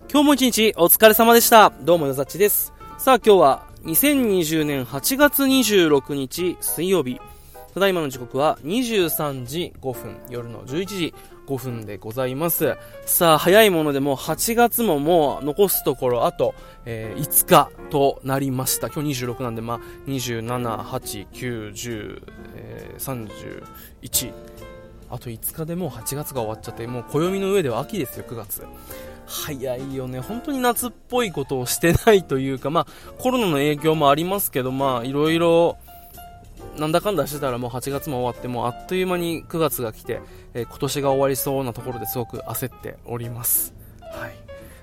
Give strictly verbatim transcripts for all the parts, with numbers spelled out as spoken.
今日も一日お疲れ様でした。どうもよざっちです。さあ今日はにせんにじゅうねんはちがつにじゅうろくにち水曜日。ただいまの時刻はにじゅうさんじごふん、夜のじゅういちじごふんでございます。さあ早いものでもうはちがつももう残すところあと、えー、いつかとなりました。今日にじゅうろくなんでまあにじゅうなな、はち、きゅう、じゅう、えー、さんじゅういち、あといつかでもうはちがつが終わっちゃって、もう暦の上では秋ですよ。くがつ早いよね。本当に夏っぽいことをしてないというか、まあコロナの影響もありますけど、まあいろいろなんだかんだしてたらもうはちがつも終わって、もうあっという間にくがつが来て、えー、今年が終わりそうなところですごく焦っております。はい。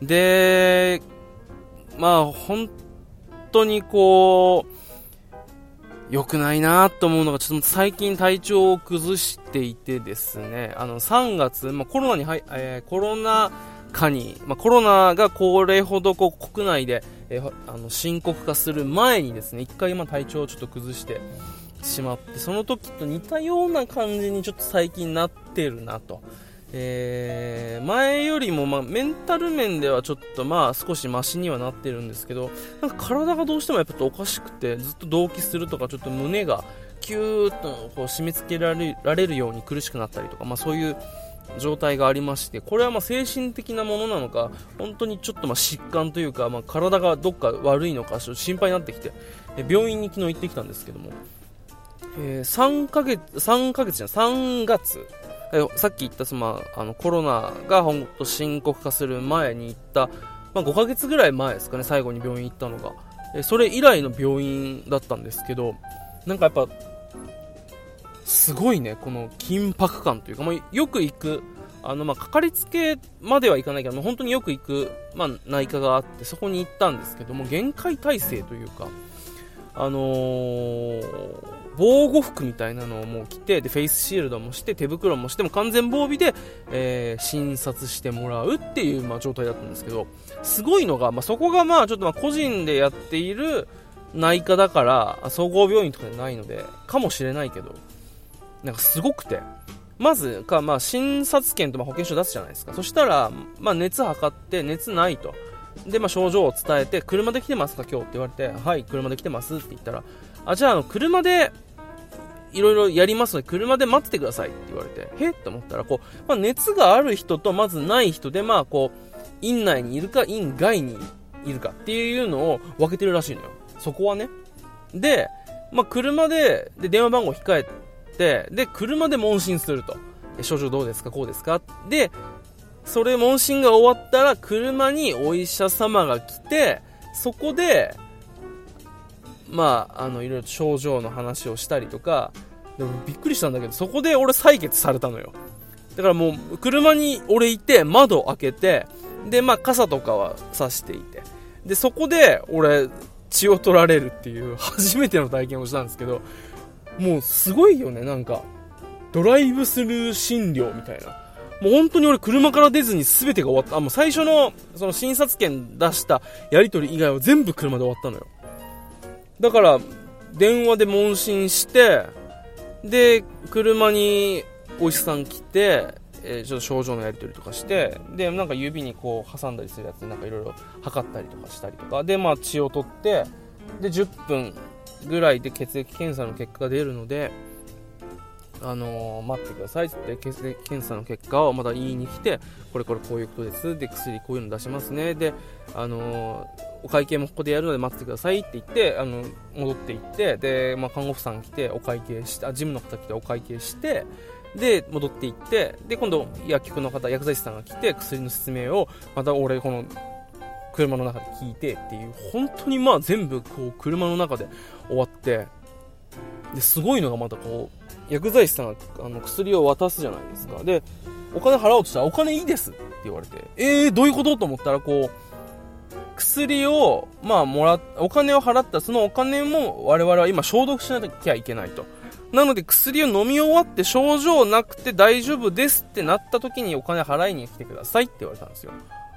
で、まあ本当にこう良くないなと思うのが、ちょっと最近体調を崩していてですね、あのさんがつ、まあ、コロナに入、えー、コロナ禍に、まあ、コロナがこれほどこう国内で、えー、あの深刻化する前にですね、一回まあ体調をちょっと崩してしまって、その時と似たような感じにちょっと最近なってるなと。えー、前よりもまあメンタル面ではちょっとまあ少しマシにはなってるんですけど、なんか体がどうしてもやっぱおかしくて、ずっと動悸するとか、ちょっと胸がキューッとこう締め付けられ、られるように苦しくなったりとか、まあそういう状態がありまして、これはまあ精神的なものなのか、本当にちょっとまあ疾患というか、まあ体がどっか悪いのかちょっと心配になってきて、病院に昨日行ってきたんですけども、えー、さんかげつ、さんかげつじゃん、さんがつ、えさっき言ったその、あのコロナが本当深刻化する前に行った、まあ、ごかげつぐらい前ですかね、最後に病院行ったのが、えそれ以来の病院だったんですけど、なんかやっぱすごいね、この緊迫感というか、まあ、よく行くあのまあかかりつけまではいかないけど、本当によく行く、まあ、内科があって、そこに行ったんですけども、限界体制というか、あのー、防護服みたいなのをもう着て、でフェイスシールドもして、手袋もして、も完全防備で、えー、診察してもらうっていう、まあ、状態だったんですけど、すごいのが、まあ、そこがまあちょっとまあ個人でやっている内科だから総合病院とかじゃないのでかもしれないけど、なんかすごくて、まずか、まあ、診察券とまあ保険証出すじゃないですか。そしたら、まあ、熱測って熱ないと、で、まあ、症状を伝えて、車で来てますか今日って言われて、はい、車で来てますって言ったら、あ、じゃあ、あの車でいろいろやりますので車で待っててくださいって言われて、へっと思ったら、こう、まあ、熱がある人とまずない人で、まあこう院内にいるか院外にいるかっていうのを分けてるらしいのよ、そこはね。で、まあ、車で、で電話番号控えて、で車で問診すると、症状どうですかこうですか、でそれ問診が終わったら車にお医者様が来て、そこでまあ、あのいろいろ症状の話をしたりとか、でもびっくりしたんだけど、そこで俺採血されたのよ。だからもう車に俺いて、窓開けて、でまあ傘とかは差していて、でそこで俺血を取られるっていう初めての体験をしたんですけど、もうすごいよね。なんかドライブスルー診療みたいな、もう本当に俺車から出ずに全てが終わった。あ、もう最初のその診察券出したやり取り以外は全部車で終わったのよ。だから電話で問診して、で車にお医者さん来て、えー、ちょっと症状のやり取りとかして、でなんか指にこう挟んだりするやつでなんかいろいろ測ったりとかしたりとかで、まあ血を取って、でじゅっぷんぐらいで血液検査の結果が出るので、あのー、待ってくださいって血液検査の結果をまた言いに来て、これこれこういうことです、で薬こういうの出しますね、であのー、お会計もここでやるので待ってくださいって言って、あの戻って行って、で、まあ、看護婦さん来てお会計して、あ、事務の方来てお会計して、で戻って行って、で今度薬局の方、薬剤師さんが来て薬の説明をまた俺この車の中で聞いてっていう、本当にまあ全部こう車の中で終わって、ですごいのがまたこう薬剤師さんがあの薬を渡すじゃないですか。でお金払おうとしたら、お金いいですって言われて、えーどういうことと思ったら、こう薬をまあもらっお金を払った、そのお金も我々は今消毒しなきゃいけないと。なので薬を飲み終わって症状なくて大丈夫ですってなった時にお金払いに来てくださいって言われたんですよ。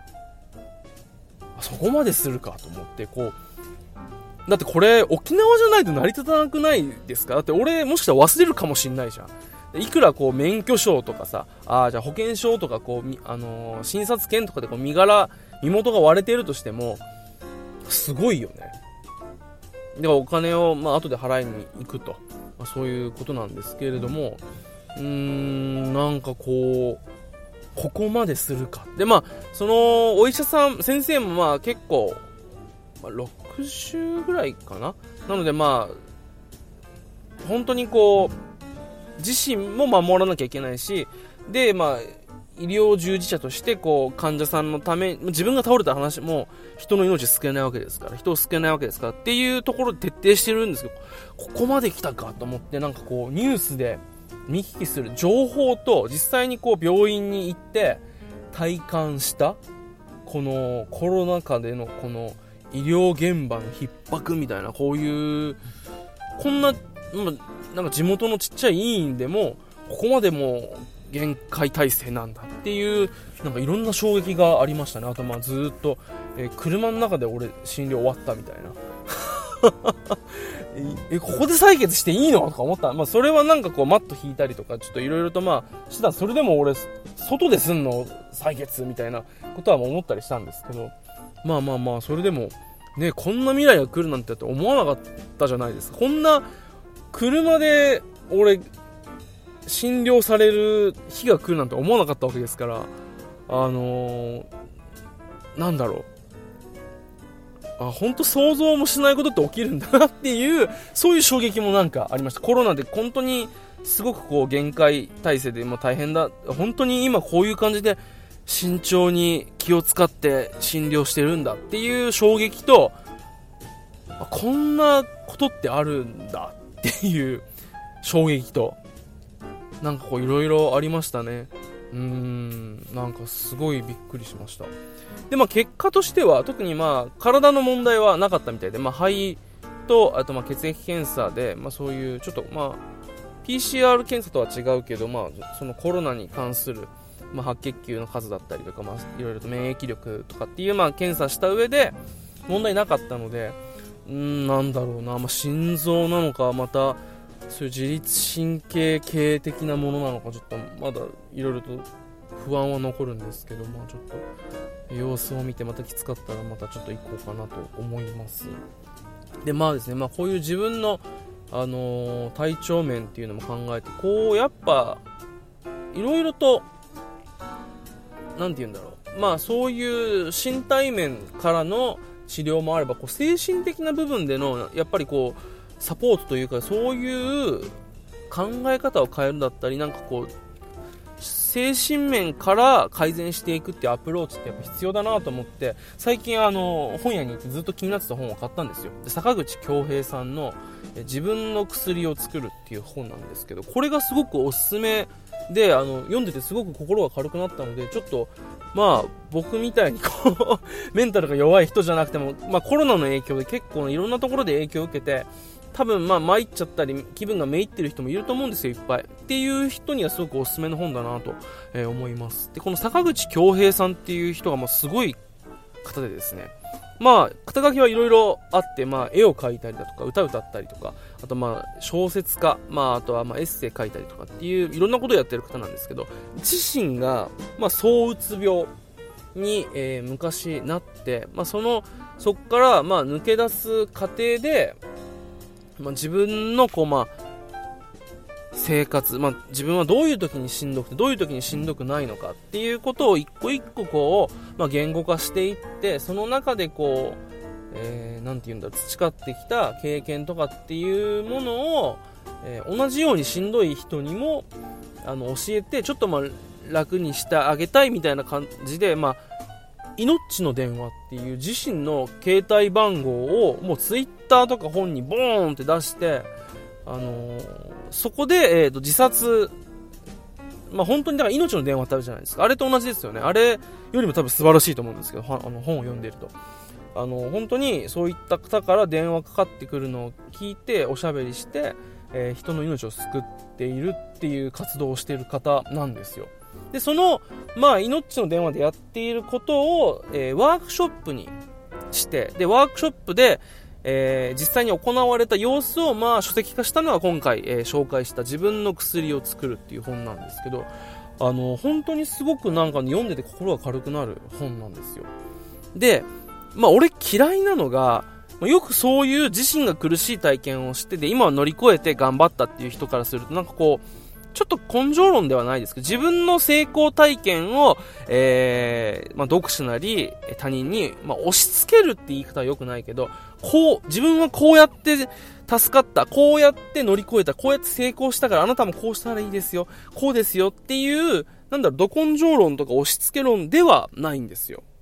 そこまでするかと思って、こうだってこれ沖縄じゃないと成り立たなくないですか。だって俺もしかしたら忘れるかもしんないじゃん。いくらこう免許証とかさ、あじゃあ保険証とかこう、あのー、診察券とかでこう身柄身元が割れているとしてもすごいよね。だからお金をまあ後で払いに行くと、まあ、そういうことなんですけれども、うーんなんかこうここまでするかで、まあそのお医者さん先生もまあ結構、まあ、ろくじゅうぐらいかな。なのでまあ本当にこう自身も守らなきゃいけないし、でまあ医療従事者としてこう患者さんのため、自分が倒れた話も人の命救えないわけですから、人を救えないわけですからっていうところで徹底してるんですけど、ここまで来たかと思って、なんかこうニュースで見聞きする情報と実際にこう病院に行って体感したこのコロナ禍でのこの医療現場の逼迫みたいな、こういうこんな、なんか地元のちっちゃい医院でもここまでもう限界体制なんだっていう、なんかいろんな衝撃がありましたね。あとまあずーっと、えー、車の中で俺診療終わったみたいなえここで採血していいのとか思った。まあそれはなんかこうマット引いたりとかちょっといろいろとまあした、それでも俺外ですんの採血みたいなことは思ったりしたんですけど、まあまあまあそれでもね、こんな未来が来るなんてって思わなかったじゃないですか。こんな車で俺診療される日が来るなんて思わなかったわけですから、あのー、なんだろう、あ、本当想像もしないことって起きるんだなっていう、そういう衝撃もなんかありました。コロナで本当にすごくこう限界体制でも大変だ、本当に今こういう感じで慎重に気を使って診療してるんだっていう衝撃と、あ、こんなことってあるんだっていう衝撃と、なんかこういろいろありましたね。うーんなんかすごいびっくりしました。でまあ結果としては特にまあ体の問題はなかったみたいで、まあ肺とあとまあ血液検査で、まあそういうちょっとまあ ピーシーアール 検査とは違うけど、まあそのコロナに関するまあ白血球の数だったりとか、まあいろいろと免疫力とかっていうまあ検査した上で問題なかったので、うーんなんだろうな、まあ心臓なのか、またそういう自律神経系的なものなのか、ちょっとまだいろいろと不安は残るんですけど、まあちょっと様子を見て、またきつかったらまたちょっと行こうかなと思います。でまあですね、まあこういう自分のあのー、体調面っていうのも考えて、こうやっぱいろいろとなんて言うんだろう、まあそういう身体面からの治療もあれば、こう精神的な部分でのやっぱりこうサポートというか、そういう考え方を変えるだったり、なんかこう精神面から改善していくっていうアプローチってやっぱ必要だなと思って、最近あの本屋に行ってずっと気になってた本を買ったんですよ。で坂口恭平さんの自分の薬を作るっていう本なんですけど、これがすごくおすすめで、あの読んでてすごく心が軽くなったので、ちょっとまあ僕みたいにこうメンタルが弱い人じゃなくても、まあ、コロナの影響で結構いろんなところで影響を受けて、多分まあ参っちゃったり気分がめいってる人もいると思うんですよ、いっぱい。っていう人にはすごくおすすめの本だなと、えー、思います。でこの坂口恭平さんっていう人がまあすごい方でですね、まあ肩書きはいろいろあって、まあ絵を描いたりだとか歌歌ったりとか、あとまあ小説家、まああとはまあエッセイ書いたりとかっていういろんなことをやってる方なんですけど、自身がまあ躁うつ病に、えー、昔なって、まあそのそこからまあ抜け出す過程で、まあ、自分のこう、まあ、生活、まあ、自分はどういう時にしんどくてどういう時にしんどくないのかっていうことを一個一個こう、まあ、言語化していって、その中でこう、えー、なんていうんだろう、培ってきた経験とかっていうものを、えー、同じようにしんどい人にもあの教えて、ちょっとまあ楽にしてあげたいみたいな感じで、まあ命の電話っていう自身の携帯番号をもうツイッターとか本にボーンって出して、あのー、そこで、えーと、自殺、まあ本当にだから命の電話ってあるじゃないですか。あれと同じですよね。あれよりも多分素晴らしいと思うんですけど、あの本を読んでいると、あの本当にそういった方から電話かかってくるのを聞いておしゃべりして、えー、人の命を救っているっていう活動をしている方なんですよ。でその、まあ、命の電話でやっていることを、えー、ワークショップにして、でワークショップで、えー、実際に行われた様子を、まあ、書籍化したのが今回、えー、紹介した自分の薬を作るっていう本なんですけど、あの本当にすごくなんか、ね、読んでて心が軽くなる本なんですよ。 で、まあ俺嫌いなのが、よくそういう自身が苦しい体験をしてで、今は乗り越えて頑張ったっていう人からすると、なんかこう、ちょっと根性論ではないですけど、自分の成功体験を、えー、まあ読者なり他人に、まあ押し付けるって言い方は良くないけど、こう、自分はこうやって助かった、こうやって乗り越えた、こうやって成功したからあなたもこうしたらいいですよ、こうですよっていう、なんだろう、ど根性論とか押し付け論ではないんですよ。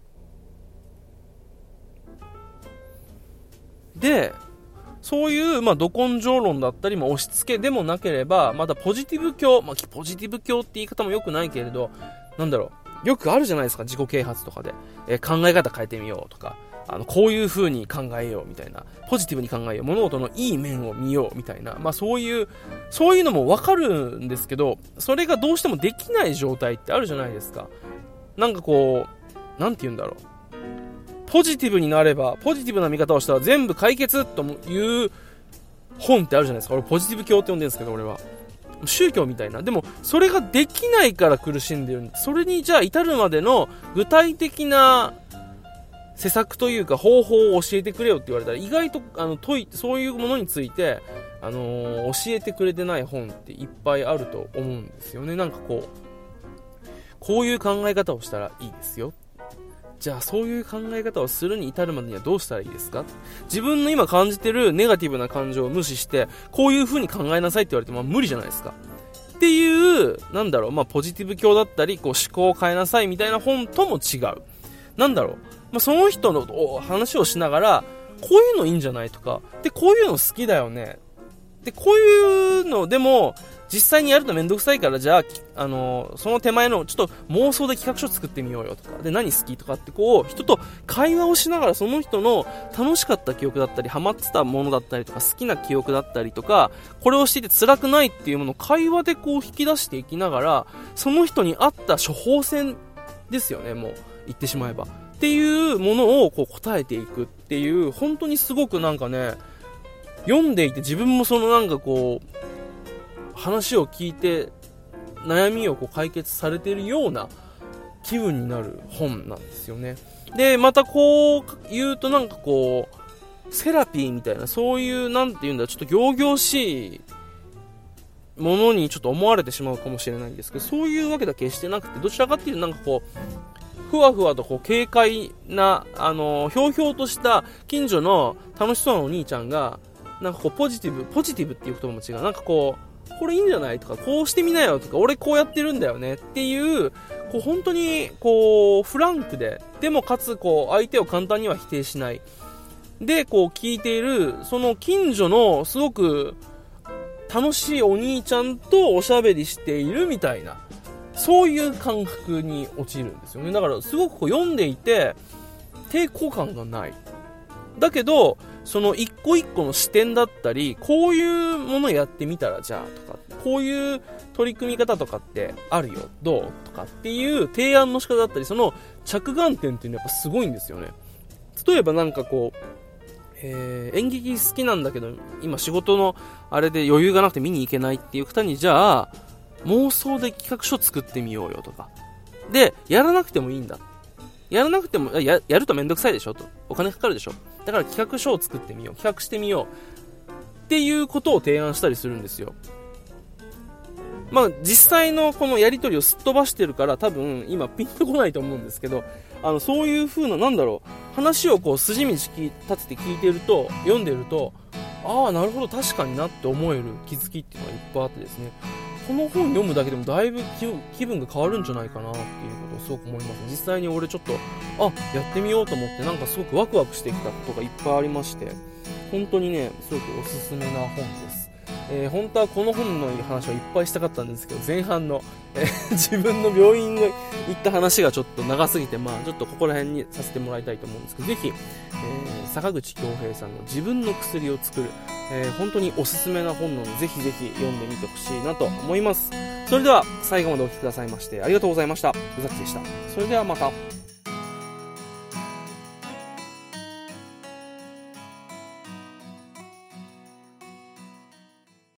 で、そういう、まあ、ど根性論だったり、まあ、押し付けでもなければ、またポジティブ教、まあ、ポジティブ教って言い方も良くないけれど、なんだろう、よくあるじゃないですか、自己啓発とかで。えー、考え方変えてみようとか、あの、こういう風に考えようみたいな、ポジティブに考えよう、物事のいい面を見ようみたいな、まあ、そういう、そういうのもわかるんですけど、それがどうしてもできない状態ってあるじゃないですか。なんかこう、なんて言うんだろう。ポジティブになれば、ポジティブな見方をしたら全部解決という本ってあるじゃないですか。俺ポジティブ教って呼んでるんですけど、俺は。宗教みたいな。でも、それができないから苦しんでるんです。それにじゃあ至るまでの具体的な施策というか方法を教えてくれよって言われたら、意外と、あの、問い、そういうものについて、あのー、教えてくれてない本っていっぱいあると思うんですよね。なんかこう、こういう考え方をしたらいいですよ。じゃあそういう考え方をするに至るまでにはどうしたらいいですか？自分の今感じてるネガティブな感情を無視してこういう風に考えなさいって言われても、まあ、無理じゃないですかっていう、なんだろう、まあポジティブ教だったりこう思考を変えなさいみたいな本とも違う。なんだろう、まあ、その人の話をしながらこういうのいいんじゃないとかで、こういうの好きだよねで、こういうのでも実際にやるとめんどくさいから、じゃあ、あのー、その手前のちょっと妄想で企画書作ってみようよとかで、何好きとかってこう人と会話をしながら、その人の楽しかった記憶だったりハマってたものだったりとか好きな記憶だったりとか、これをしていて辛くないっていうものを会話でこう引き出していきながら、その人に合った処方箋ですよね、もう言ってしまえばっていうものをこう答えていくっていう、本当にすごくなんかね、読んでいて自分もそのなんかこう話を聞いて悩みをこう解決されているような気分になる本なんですよね。で、またこう言うとなんかこうセラピーみたいな、そういうなんて言うんだ、ちょっと仰々しいものにちょっと思われてしまうかもしれないんですけど、そういうわけでは決してなくて、どちらかっていうとなんかこうふわふわとこう軽快な、あのひょうひょうとした近所の楽しそうなお兄ちゃんがなんかこうポジティブポジティブっていう言葉も違う、なんかこうこれいいんじゃないとか、こうしてみなよとか、俺こうやってるんだよねっていう、こう本当にこうフランクで、でもかつこう相手を簡単には否定しないで、こう聞いているその近所のすごく楽しいお兄ちゃんとおしゃべりしているみたいな、そういう感覚に陥るんですよね。だからすごくこう読んでいて抵抗感がない。だけどその一個一個の視点だったり、こういうものやってみたらじゃあとか、こういう取り組み方とかってあるよどうとかっていう提案の仕方だったり、その着眼点っていうのはやっぱすごいんですよね。例えばなんかこう、えー、演劇好きなんだけど今仕事のあれで余裕がなくて見に行けないっていう方に、じゃあ妄想で企画書作ってみようよとかで、やらなくてもいいんだ、やらなくても や, やるとめんどくさいでしょと、お金かかるでしょ、だから企画書を作ってみよう、企画してみようっていうことを提案したりするんですよ。まあ実際のこのやり取りをすっ飛ばしてるから多分今ピンとこないと思うんですけど、あのそういう風な、なんだろう、話をこう筋道立てて聞いてると、読んでると、ああなるほど確かになって思える気づきっていうのがいっぱいあってですね、この本読むだけでもだいぶ気分が変わるんじゃないかなっていうことをすごく思います。実際に俺ちょっとあやってみようと思って、なんかすごくワクワクしてきたことがいっぱいありまして、本当にねすごくおすすめな本です。えー、本当はこの本の話をいっぱいしたかったんですけど、前半の、えー、自分の病院に行った話がちょっと長すぎて、まあちょっとここら辺にさせてもらいたいと思うんですけど、ぜひ、えー、坂口恭平さんの自分の薬を作る、えー、本当におすすめな本なので、ぜひぜひ読んでみてほしいなと思います。それでは最後までお聞きくださいましてありがとうございました。うざっちでした。それではまた。